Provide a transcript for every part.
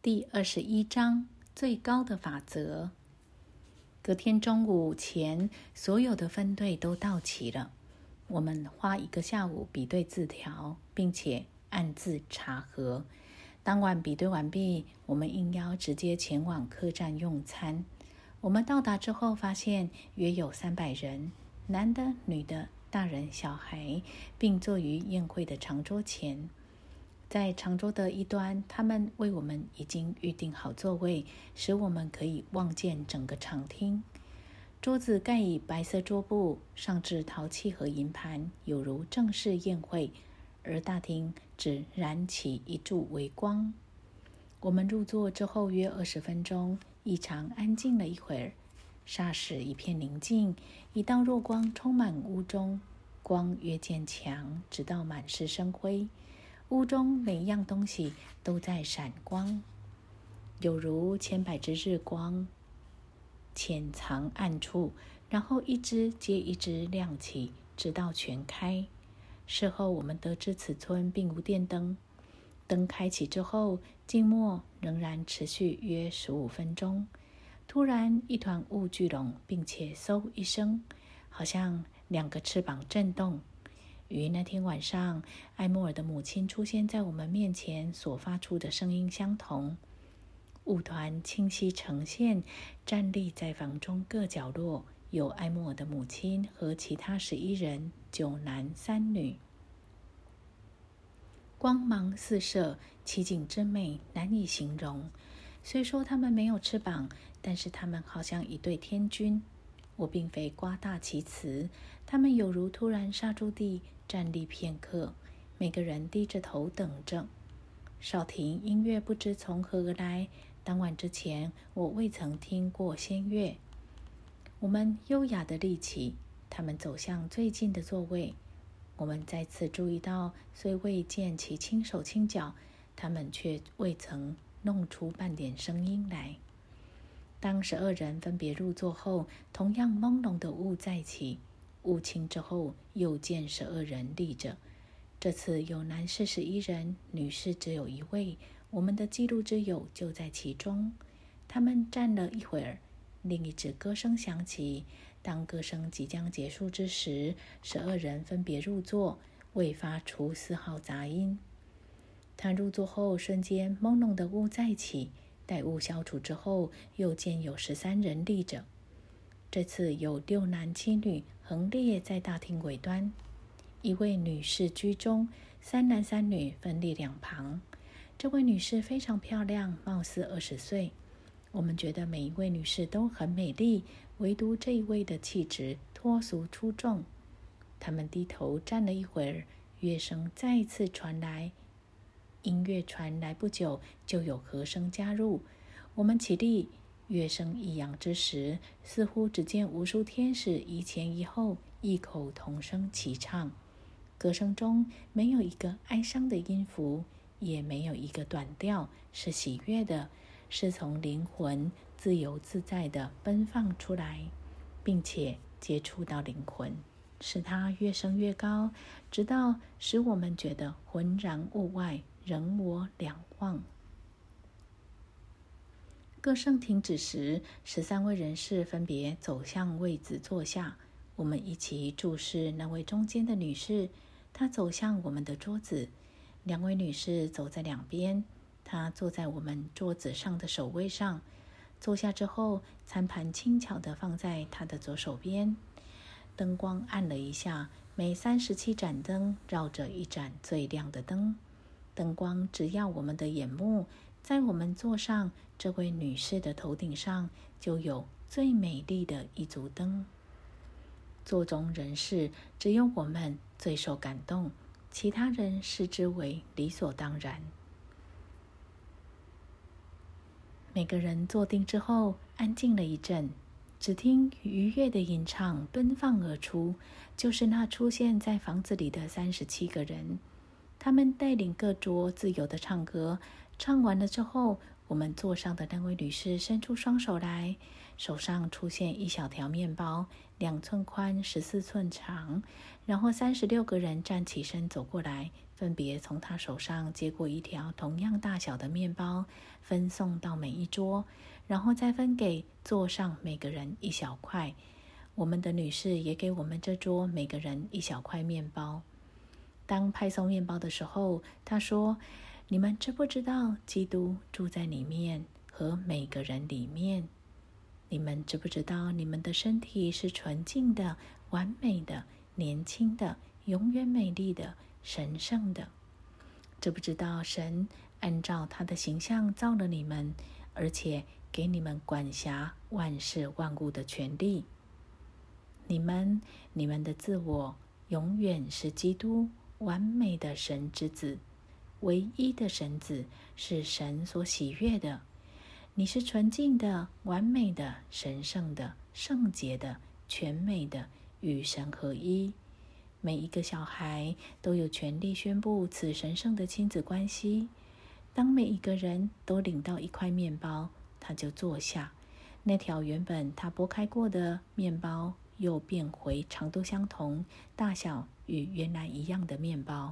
第21章最高的法则。隔天中午前，所有的分队都到齐了。我们花1个下午比对字条，并且暗自查核。当晚比对完毕，我们应邀直接前往客栈用餐。我们到达之后，发现约有300人，男的、女的、大人、小孩，并坐于宴会的长桌前。在长桌的一端，他们为我们已经预定好座位，使我们可以望见整个长厅。桌子盖以白色桌布，上置陶器和银盘，有如正式宴会，而大厅只燃起一柱微光。我们入座之后约20分钟，异常安静了一会儿，霎时一片宁静，一道弱光充满屋中，光越渐强，直到满是生辉。屋中每一样东西都在闪光，有如千百支日光潜藏暗处，然后一支接一支亮起，直到全开。事后我们得知此村并无电灯，灯开启之后，静默仍然持续约15分钟。突然一团雾聚拢，并且嗖一声，好像2个翅膀震动。与那天晚上艾默尔的母亲出现在我们面前所发出的声音相同。雾团清晰呈现，站立在房中各角落有艾默尔的母亲和其他11人，9男3女。光芒四射，奇景之美难以形容。虽说他们没有翅膀，但是他们好像一对天军。我并非夸大其词，他们有如突然刹住地站立片刻，每个人低着头等着。少停，音乐不知从何而来。当晚之前，我未曾听过仙乐。我们优雅地立起，他们走向最近的座位。我们再次注意到，虽未见其轻手轻脚，他们却未曾弄出半点声音来。当12人分别入座后，同样朦胧的雾再起，雾清之后，又见12人立着。这次有男士11人，女士只有1位，我们的记录之友就在其中。他们站了一会儿，另一支歌声响起。当歌声即将结束之时，12人分别入座，未发出丝毫杂音。他入座后，瞬间朦胧的雾再起。待雾消除之后，又见有13人立着。这次有6男7女横列在大厅尾端，1位女士居中，3男3女分立两旁。这位女士非常漂亮，貌似20岁。我们觉得每一位女士都很美丽，唯独这一位的气质脱俗出众。他们低头站了一会儿，乐声再一次传来。音乐传来不久，就有和声加入。我们起立，乐声抑扬之时，似乎只见无数天使一前一后，异口同声齐唱。歌声中没有一个哀伤的音符，也没有一个短调，是喜悦的，是从灵魂自由自在地奔放出来，并且接触到灵魂，使它越升越高，直到使我们觉得浑然物外，人我两忘。歌声停止时，13位人士分别走向位子坐下。我们一起注视那位中间的女士，她走向我们的桌子。2位女士走在两边，她坐在我们桌子上的首位上。坐下之后，餐盘轻巧地放在她的左手边。灯光暗了一下，每37盏灯绕着一盏最亮的灯。灯光直耀我们的眼目，在我们座上这位女士的头顶上就有最美丽的一组灯。座中人士只有我们最受感动，其他人视之为理所当然。每个人坐定之后，安静了一阵，只听愉悦的吟唱奔放而出，就是那出现在房子里的37个人。他们带领各桌自由的唱歌，唱完了之后， 我们座上的那位女士伸出双手来，手上出现一小条面包，2寸宽，14寸长。然后36个人站起身走过来，分别从她手上接过一条同样大小的面包，分送到每一桌，然后再分给座上每个人一小块。我们的女士也给我们这桌每个人一小块面包。当派送面包的时候，她说：你们知不知道基督住在里面和每个人里面？你们知不知道你们的身体是纯净的、完美的、年轻的、永远美丽的、神圣的？知不知道神按照他的形象造了你们，而且给你们管辖万事万物的权利？你们的自我永远是基督，完美的神之子，唯一的神子，是神所喜悦的。你是纯净的、完美的、神圣的、圣洁的、全美的，与神合一。每一个小孩都有权利宣布此神圣的亲子关系。当每一个人都领到一块面包，他就坐下，那条原本他剥开过的面包又变回长度相同、大小与原来一样的面包。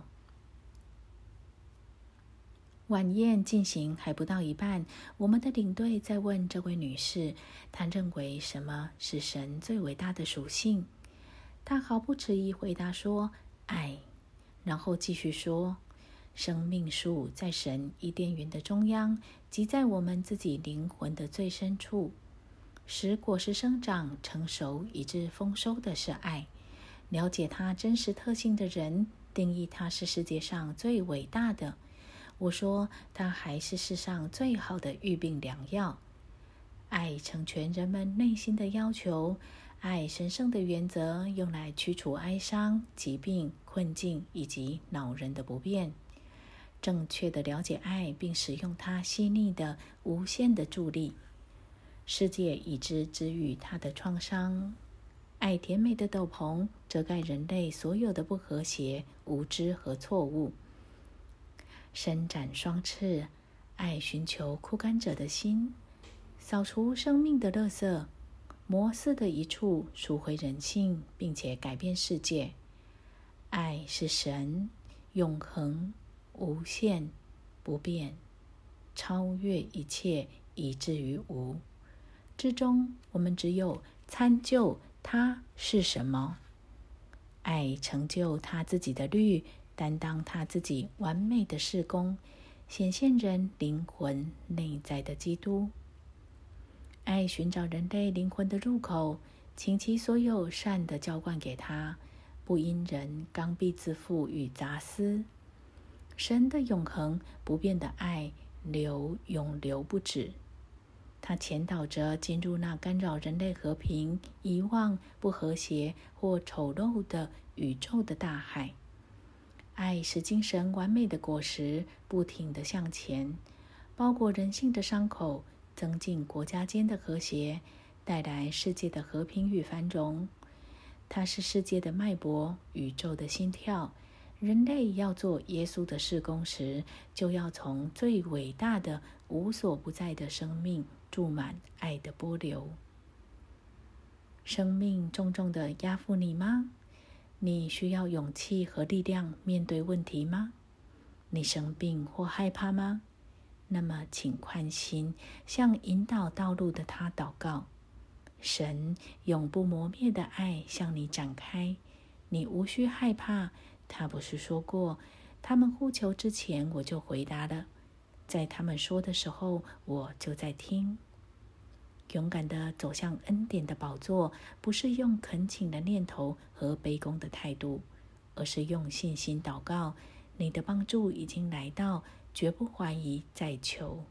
晚宴进行还不到一半，我们的领队在问这位女士，她认为什么是神最伟大的属性？她毫不迟疑回答说：爱。然后继续说：生命树在神伊甸园的中央，即在我们自己灵魂的最深处。使果实生长成熟以致丰收的是爱。了解它真实特性的人，定义它是世界上最伟大的。我说，它还是世上最好的预病良药。爱成全人们内心的要求，爱神圣的原则用来驱除哀伤、疾病、困境以及恼人的不便。正确的了解爱，并使用它细腻的、无限的助力，世界已知治愈它的创伤。爱甜美的斗篷遮盖人类所有的不和谐、无知和错误。伸展双翅，爱寻求枯干者的心，扫除生命的垃圾，磨四的一处赎回人性，并且改变世界。爱是神，永恒、无限、不变，超越一切，以至于无。之中，我们只有参究它是什么。爱成就他自己的律，担当他自己完美的事工，显现人灵魂内在的基督。爱寻找人类灵魂的入口，倾其所有善的浇灌给他，不因人刚愎自负与杂思。神的永恒不变的爱永流不止，它前导着进入那干扰人类和平、遗忘、不和谐或丑陋的宇宙的大海。爱是精神完美的果实，不停地向前，包裹人性的伤口，增进国家间的和谐，带来世界的和平与繁荣。它是世界的脉搏，宇宙的心跳。人类要做耶稣的事工时，就要从最伟大的、无所不在的生命注满爱的波流。生命重重地压负你吗？你需要勇气和力量面对问题吗？你生病或害怕吗？那么请宽心，向引导道路的他祷告。神永不磨灭的爱向你展开，你无需害怕。他不是说过，他们呼求之前我就回答了，在他们说的时候我就在听。勇敢地走向恩典的宝座，不是用恳请的念头和卑躬的态度，而是用信心祷告，你的帮助已经来到，绝不怀疑再求。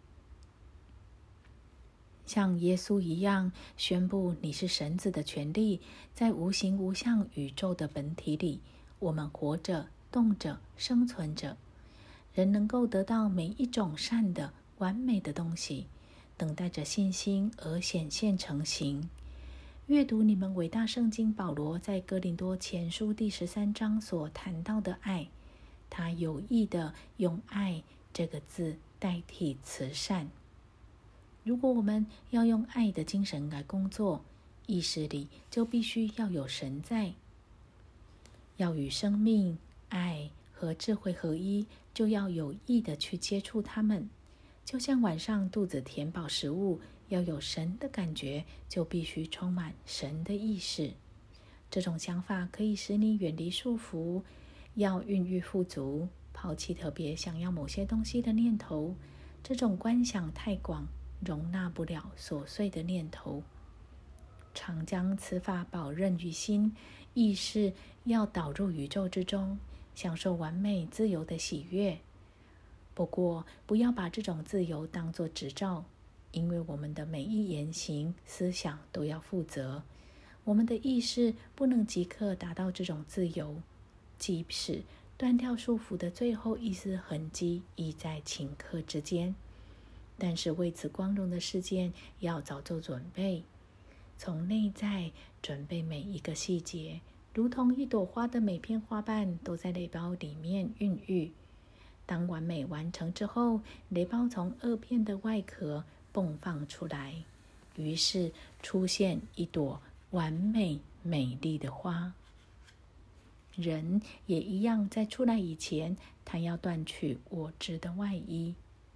像耶稣一样宣布你是神子的权利，在无形无相宇宙的本体里，我们活着、动着、生存着。人能够得到每一种善的、完美的东西，等待着信心而显现成形。阅读你们伟大圣经保罗在哥林多前书第13章所谈到的爱，他有意地用爱这个字代替慈善。如果我们要用爱的精神来工作，意识里就必须要有神在。要与生命、爱和智慧合一，就要有意的去接触它们。就像晚上肚子填饱食物，要有神的感觉，就必须充满神的意识。这种想法可以使你远离束缚，要孕育富足，抛弃特别想要某些东西的念头。这种观想太广，容纳不了琐碎的念头。常将此法保任于心，意识要导入宇宙之中，享受完美自由的喜悦。不过，不要把这种自由当作执照，因为我们的每一言行、思想都要负责。我们的意识不能即刻达到这种自由，即使断掉束缚的最后一丝痕迹亦在顷刻之间。但是为此光荣的事件要早做准备，从内在准备每一个细节，如同一朵花的每片花瓣都在雷包里面孕育。当完美完成之后，雷包从2片的外壳迸放出来，于是出现一朵完美美丽的花。人也一样，在出来以前，他要断去我执的外衣。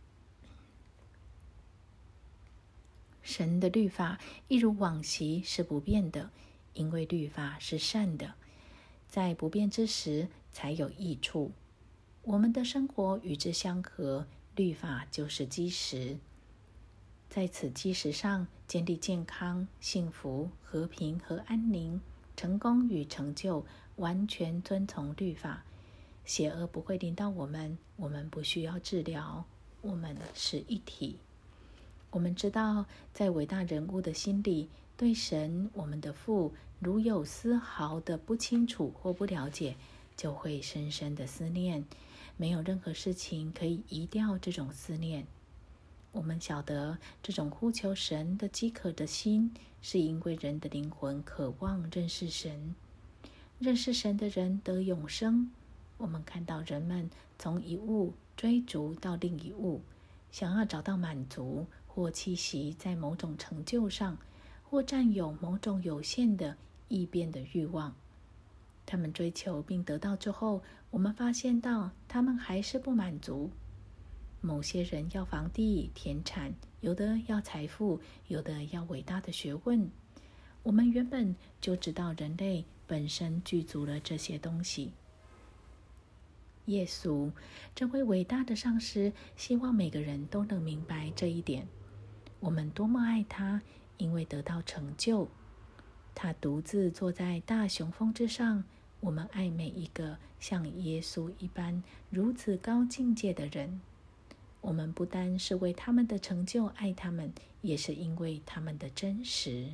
神的律法一如往昔是不变的，因为律法是善的，在不变之时才有益处。我们的生活与之相合，律法就是基石。在此基石上建立健康、幸福、和平和安宁，成功与成就完全遵从律法。邪恶不会临到我们，我们不需要治疗，我们是一体。我们知道，在伟大人物的心里，对神，我们的父，如有丝毫的不清楚或不了解，就会深深的思念。没有任何事情可以移掉这种思念。我们晓得，这种呼求神的饥渴的心，是因为人的灵魂渴望认识神。认识神的人得永生。我们看到人们从一物追逐到另一物，想要找到满足，或栖息在某种成就上，或占有某种有限的异变的欲望。他们追求并得到之后，我们发现到他们还是不满足。某些人要房地、田产，有的要财富，有的要伟大的学问。我们原本就知道人类本身具足了这些东西。耶稣这位伟大的上师，希望每个人都能明白这一点。我们多么爱他，因为得到成就。他独自坐在大雄峰之上，我们爱每一个像耶稣一般如此高境界的人。我们不单是为他们的成就爱他们，也是因为他们的真实。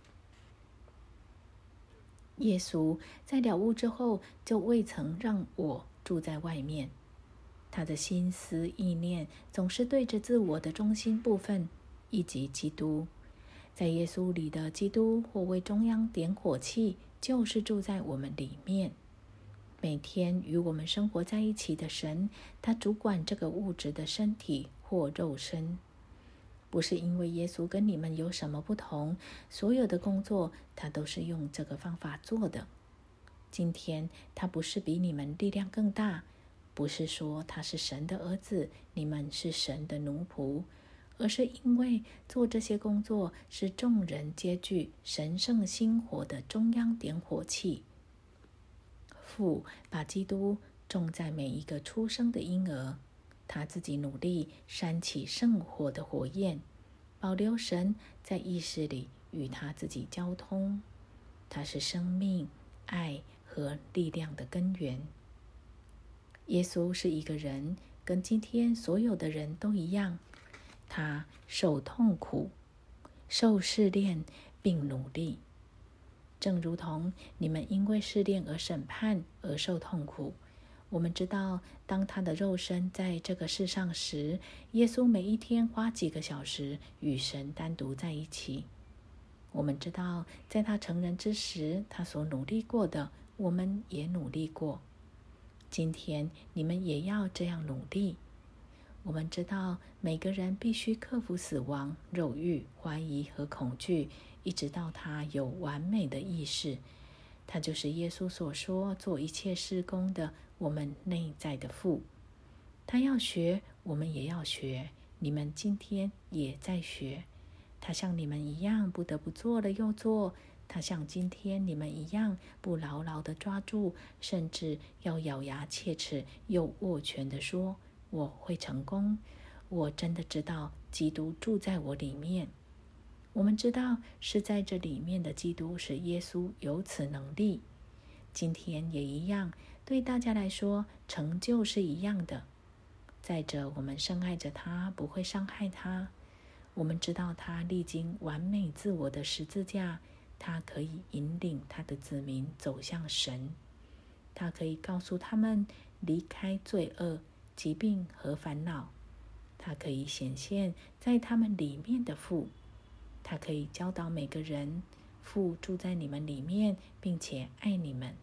耶稣在了悟之后，就未曾让我住在外面。他的心思意念总是对着自我的中心部分，以及基督。在耶稣里的基督，或为中央点火器，就是住在我们里面。每天与我们生活在一起的神，他主管这个物质的身体或肉身。不是因为耶稣跟你们有什么不同，所有的工作他都是用这个方法做的。今天他不是比你们力量更大，不是说他是神的儿子，你们是神的奴仆，而是因为做这些工作是众人皆具神圣心火的中央点火器。父把基督种在每一个出生的婴儿，他自己努力煽起圣火的火焰，保留神在意识里与他自己交通。他是生命、爱和力量的根源。耶稣是一个人，跟今天所有的人都一样，他受痛苦、受试炼并努力。正如同你们因为试炼而审判而受痛苦，我们知道，当他的肉身在这个世上时，耶稣每一天花几个小时与神单独在一起。我们知道，在他成人之时，他所努力过的，我们也努力过。今天你们也要这样努力。 我们知道每个人必须克服死亡、肉欲、怀疑和恐惧，一直到他有完美的意识。他就是耶稣所说做一切事工的我们内在的父。他要学，我们也要学。你们今天也在学。他像你们一样不得不做了又做，他像今天你们一样不牢牢地抓住，甚至要咬牙切齿又握拳地说，我会成功。我真的知道基督住在我里面。我们知道是在这里面的基督使耶稣有此能力。今天也一样，对大家来说成就是一样的。再者，我们深爱着他，不会伤害他。我们知道他历经完美自我的十字架，他可以引领他的子民走向神。他可以告诉他们离开罪恶、疾病和烦恼。他可以显现在他们里面的父。他可以教导每个人，父住在你们里面，并且爱你们。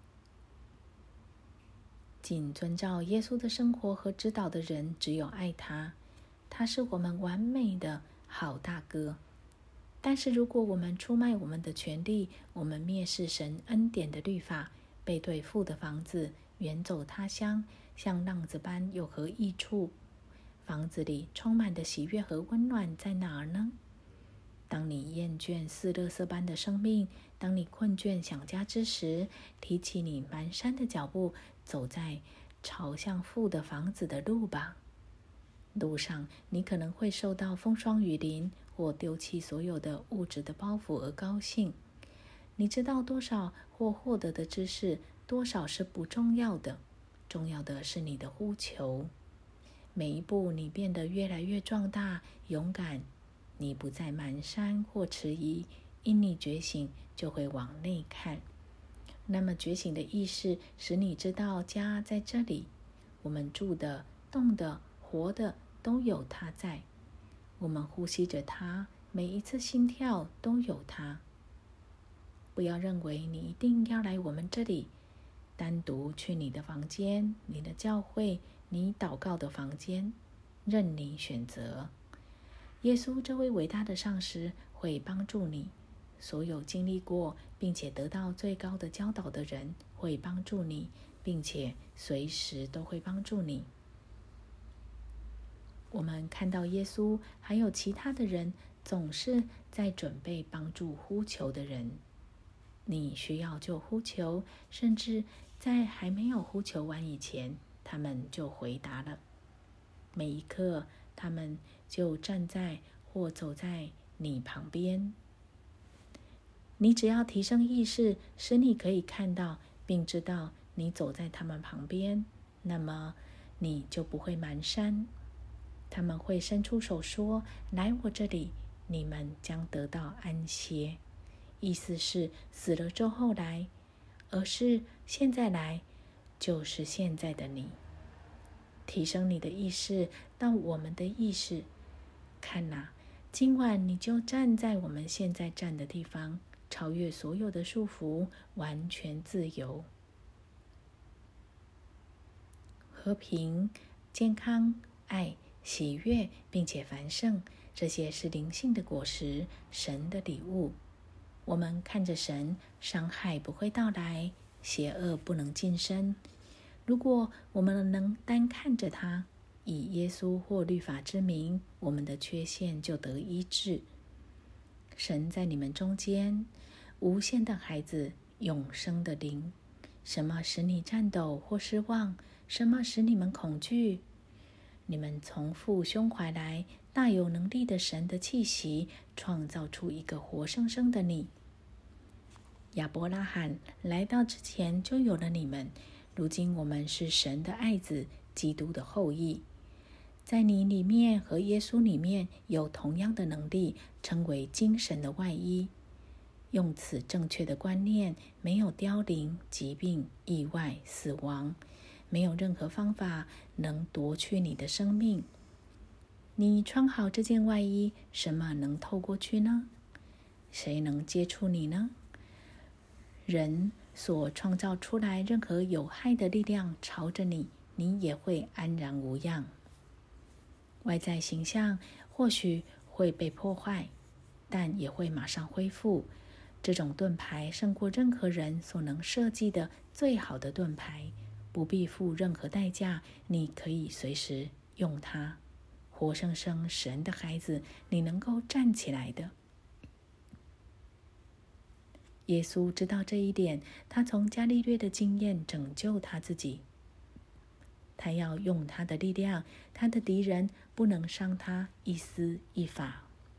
仅遵照耶稣的生活和指导的人，只有爱他。他是我们完美的好大哥。但是如果我们出卖我们的权利，我们蔑视神恩典的律法，背对父的房子，远走他乡，像浪子般有何益处？房子里充满的喜悦和温暖在哪儿呢？当你厌倦似垃圾般的生命，当你困倦想家之时，提起你蹒跚的脚步，走在朝向父的房子的路吧。路上你可能会受到风霜雨淋，或丢弃所有的物质的包袱而高兴。你知道多少或获得的知识，多少是不重要的，重要的是你的呼求。每一步你变得越来越壮大、勇敢，你不再蹒跚或迟疑，因你觉醒就会往内看。那么觉醒的意识使你知道家在这里，我们住的、动的、活的都有它在。我们呼吸着它，每一次心跳都有它。不要认为你一定要来我们这里，单独去你的房间、你的教会、你祷告的房间，任你选择。耶稣这位伟大的上师会帮助你，所有经历过并且得到最高的教导的人会帮助你，并且随时都会帮助你。我们看到耶稣还有其他的人总是在准备帮助呼求的人。你需要就呼求，甚至在还没有呼求完以前，他们就回答了。每一刻他们就站在或走在你旁边。你只要提升意识，使你可以看到并知道你走在他们旁边，那么你就不会蹒跚。他们会伸出手说，来我这里，你们将得到安歇。意思是死了之后来，而是现在来，就是现在的你。提升你的意识到我们的意识。看哪，今晚你就站在我们现在站的地方，超越所有的束缚，完全自由。和平、健康、爱、喜悦，并且繁盛，这些是灵性的果实，神的礼物。我们看着神，伤害不会到来，邪恶不能近身。如果我们能单看着他，以耶稣或律法之名，我们的缺陷就得医治。神在你们中间，无限的孩子，永生的灵。什么使你颤抖或失望？什么使你们恐惧？你们从父胸怀来，大有能力的神的气息，创造出一个活生生的你。亚伯拉罕来到之前就有了你们，如今我们是神的爱子，基督的后裔。在你里面和耶稣里面有同样的能力，称为精神的外衣。用此正确的观念，没有凋零、疾病、意外、死亡，没有任何方法能夺去你的生命。你穿好这件外衣，什么能透过去呢？谁能接触你呢？人所创造出来任何有害的力量朝着你，你也会安然无恙。 外在形象或许会被破坏，但也会马上恢复。这种盾牌胜过任何人所能设计的最好的盾牌，不必付任何代价，你可以随时用它。活生生神的孩子，你能够站起来的。耶稣知道这一点，他从伽利略的经验拯救他自己。他要用他的力量，他的敌人不能伤他一丝一发。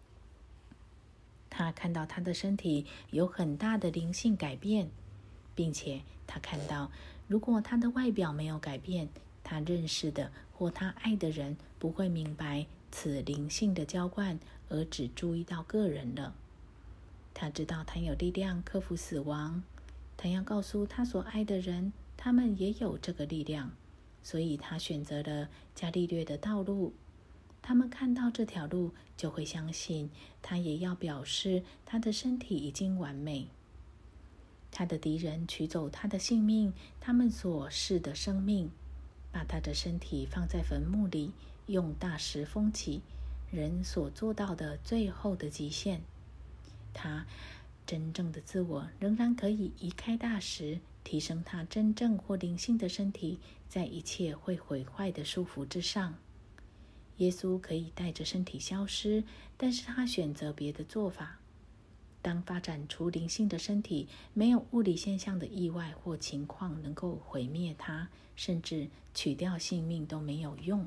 他看到他的身体有很大的灵性改变，并且他看到，如果他的外表没有改变，他认识的或他爱的人不会明白此灵性的浇灌，而只注意到个人了。他知道他有力量克服死亡，他要告诉他所爱的人，他们也有这个力量，所以他选择了伽利略的道路。他们看到这条路，就会相信他也要表示他的身体已经完美。他的敌人取走他的性命，他们所视的生命，把他的身体放在坟墓里，用大石封起，人所做到的最后的极限。他真正的自我仍然可以移开大石，提升他真正或灵性的身体，在一切会毁坏的束缚之上。耶稣可以带着身体消失，但是他选择别的做法。当发展出灵性的身体，没有物理现象的意外或情况能够毁灭他，甚至取掉性命都没有用。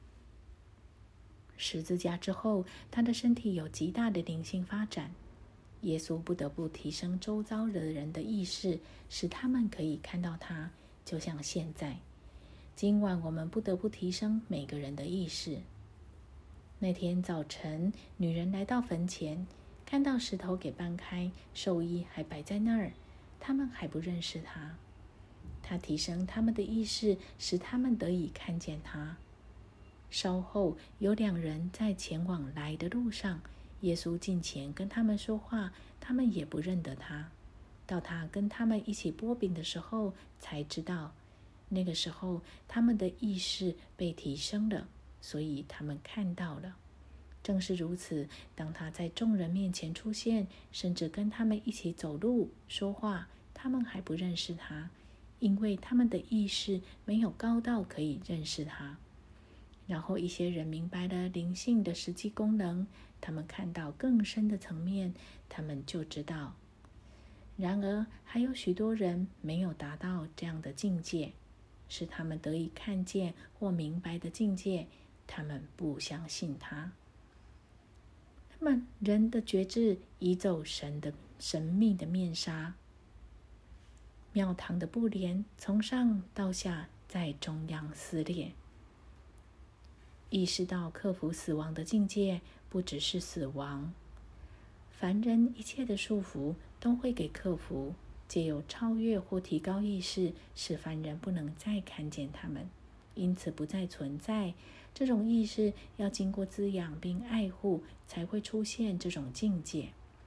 十字架之后，他的身体有极大的灵性发展。耶稣不得不提升周遭的人的意识，使他们可以看到他，就像现在。今晚我们不得不提升每个人的意识。那天早晨，女人来到坟前，看到石头给搬开，寿衣还摆在那儿，他们还不认识他。他提升他们的意识，使他们得以看见他。稍后，有2人在前往来的路上，耶稣近前跟他们说话，他们也不认得他。到他跟他们一起拨饼的时候，才知道，那个时候他们的意识被提升了，所以他们看到了。正是如此，当他在众人面前出现，甚至跟他们一起走路说话，他们还不认识他，因为他们的意识没有高到可以认识他。然后一些人明白了灵性的实际功能，他们看到更深的层面，他们就知道。然而还有许多人没有达到这样的境界，是他们得以看见或明白的境界，他们不相信他。那么人的觉知移走神的神秘的面纱，庙堂的布帘从上到下在中央撕裂。意识到克服死亡的境界，不只是死亡，凡人一切的束缚都会给克服，藉由超越或提高意识，使凡人不能再看见他们，因此不再存在。这种意识要经过滋养并爱护，才会出现这种境界。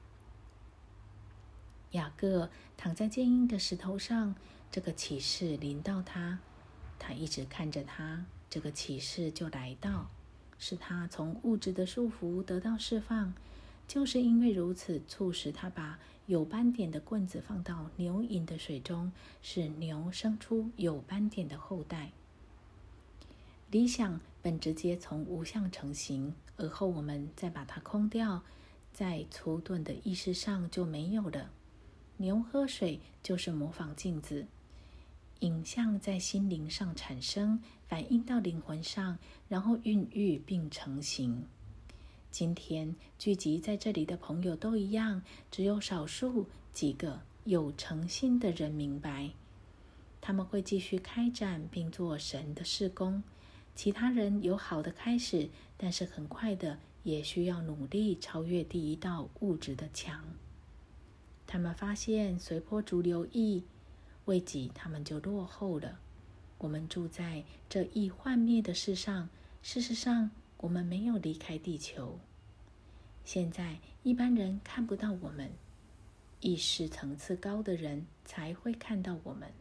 雅各躺在坚硬的石头上，这个启示临到他，他一直看着他，这个启示就来到，使他从物质的束缚得到释放。就是因为如此，促使他把有斑点的棍子放到牛饮的水中，使牛生出有斑点的后代。理想本直接从无相成形，而后我们再把它空掉，在粗钝的意识上就没有了。牛喝水就是模仿镜子，影像在心灵上产生，反映到灵魂上，然后孕育并成型。今天聚集在这里的朋友都一样，只有少数几个有诚心的人明白，他们会继续开展并做神的事工。其他人有好的开始，但是很快的也需要努力超越第一道物质的墙。他们发现随波逐流意，未几他们就落后了。我们住在这易幻灭的世上，事实上我们没有离开地球。现在一般人看不到我们，意识层次高的人才会看到我们。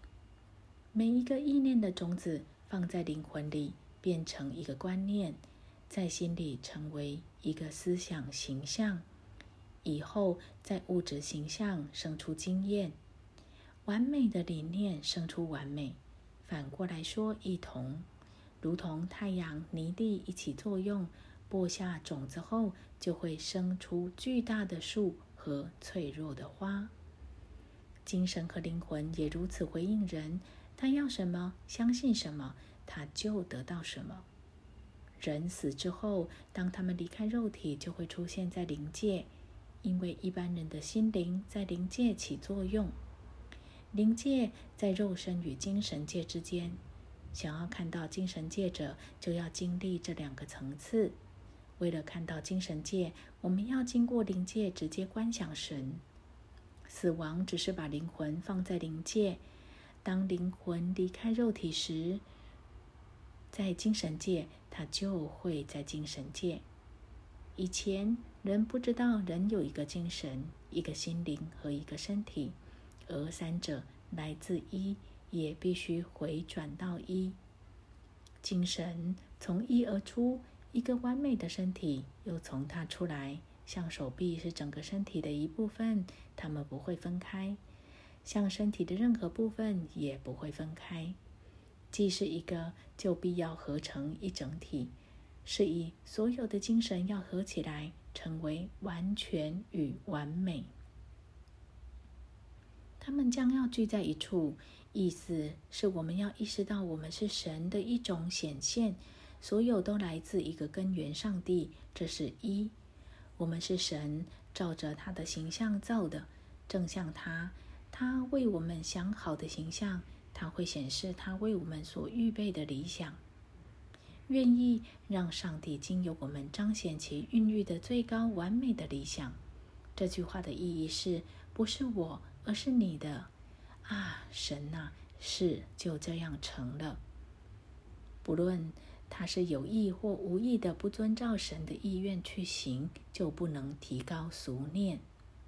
每一个意念的种子放在灵魂里，变成一个观念， 在心里成为一个思想形象，以后在物质形象生出经验，完美的理念生出完美，反过来说异同，如同太阳、泥地一起作用，播下种子后，就会生出巨大的树和脆弱的花。精神和灵魂也如此回应人，他要什么，相信什么，他就得到什么。人死之后，当他们离开肉体，就会出现在灵界，因为一般人的心灵在灵界起作用。灵界在肉身与精神界之间，想要看到精神界者，就要经历这两个层次。为了看到精神界，我们要经过灵界直接观想神。死亡只是把灵魂放在灵界，当灵魂离开肉体时，在精神界，它就会在精神界。以前人不知道人有一个精神、一个心灵和一个身体，而三者来自一，也必须回转到一。精神从一而出，一个完美的身体又从它出来，像手臂是整个身体的一部分，它们不会分开，像身体的任何部分也不会分开。既是一个，就必要合成一整体，是以所有的精神要合起来，成为完全与完美。它们将要聚在一处，意思是我们要意识到我们是神的一种显现，所有都来自一个根源上帝，这是一。我们是神照着他的形象造的，正像他为我们想好的形象，他会显示他为我们所预备的理想。愿意让上帝经由我们彰显其孕育的最高完美的理想。这句话的意义是，不是我，而是你的啊，神啊，是就这样成了。不论他是有意或无意的不遵照神的意愿去行，就不能提高俗念。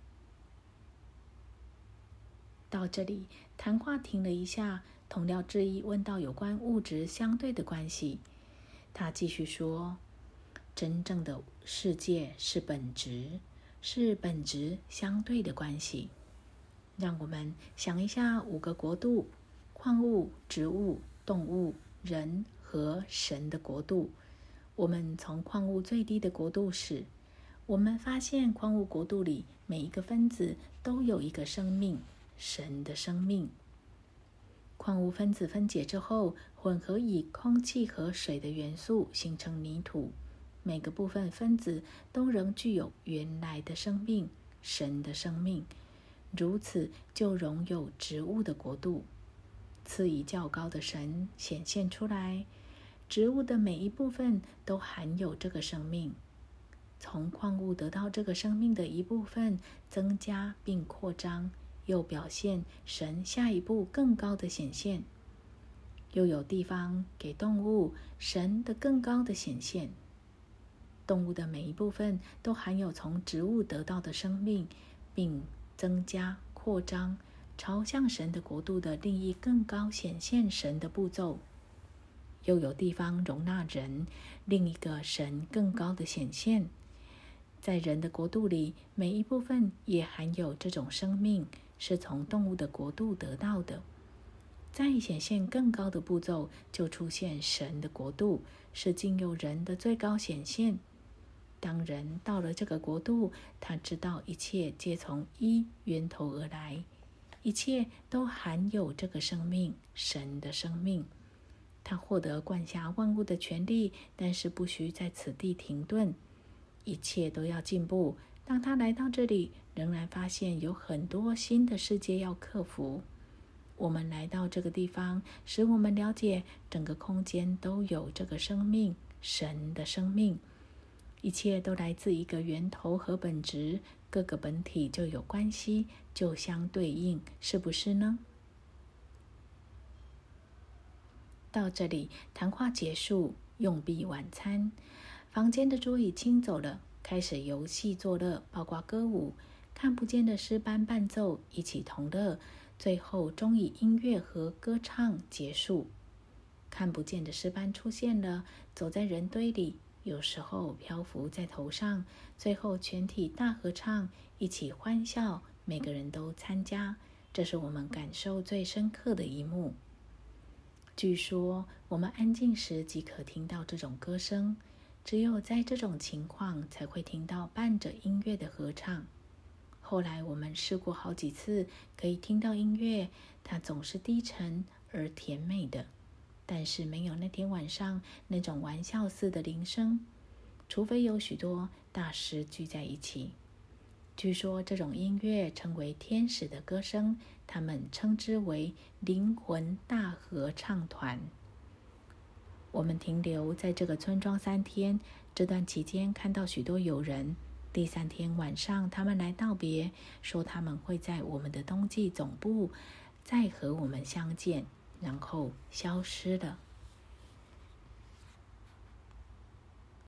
到这里，谈话停了一下，同僚之一问到有关物质相对的关系。他继续说，真正的世界是本质，是本质相对的关系。让我们想一下5个国度：矿物、植物、动物、人和神的国度。我们从矿物最低的国度始，我们发现矿物国度里每一个分子都有一个生命，神的生命。矿物分子分解之后，混合以空气和水的元素形成泥土，每个部分分子都仍具有原来的生命，神的生命。如此就容有植物的国度，次以较高的神显现出来，植物的每一部分都含有这个生命。从矿物得到这个生命的一部分，增加并扩张，又表现神下一步更高的显现。又有地方给动物神的更高的显现。动物的每一部分都含有从植物得到的生命，并增加扩张，朝向神的国度的另一更高显现神的步骤。又有地方容纳人，另一个神更高的显现。在人的国度里，每一部分也含有这种生命，是从动物的国度得到的。再显现更高的步骤，就出现神的国度，是经由人的最高显现。当人到了这个国度，他知道一切皆从一源头而来，一切都含有这个生命，神的生命。他获得管辖万物的权利，但是不需在此地停顿，一切都要进步。当他来到这里，仍然发现有很多新的世界要克服。我们来到这个地方，使我们了解整个空间都有这个生命，神的生命。一切都来自一个源头和本质，各个本体就有关系，就相对应，是不是呢？到这里，谈话结束，用毕晚餐。房间的桌椅清走了，开始游戏作乐，包括歌舞，看不见的诗班伴奏，一起同乐，最后终以音乐和歌唱结束。看不见的诗班出现了，走在人堆里， 有时候漂浮在头上，最后全体大合唱，一起欢笑，每个人都参加，这是我们感受最深刻的一幕。据说我们安静时即可听到这种歌声，只有在这种情况才会听到伴着音乐的合唱。后来我们试过好几次可以听到音乐，它总是低沉而甜美的，但是没有那天晚上那种玩笑似的铃声，除非有许多大师聚在一起。据说这种音乐称为天使的歌声，他们称之为灵魂大合唱团。我们停留在这个村庄3天，这段期间看到许多友人。第3天晚上，他们来道别，说他们会在我们的冬季总部再和我们相见，然后消失了。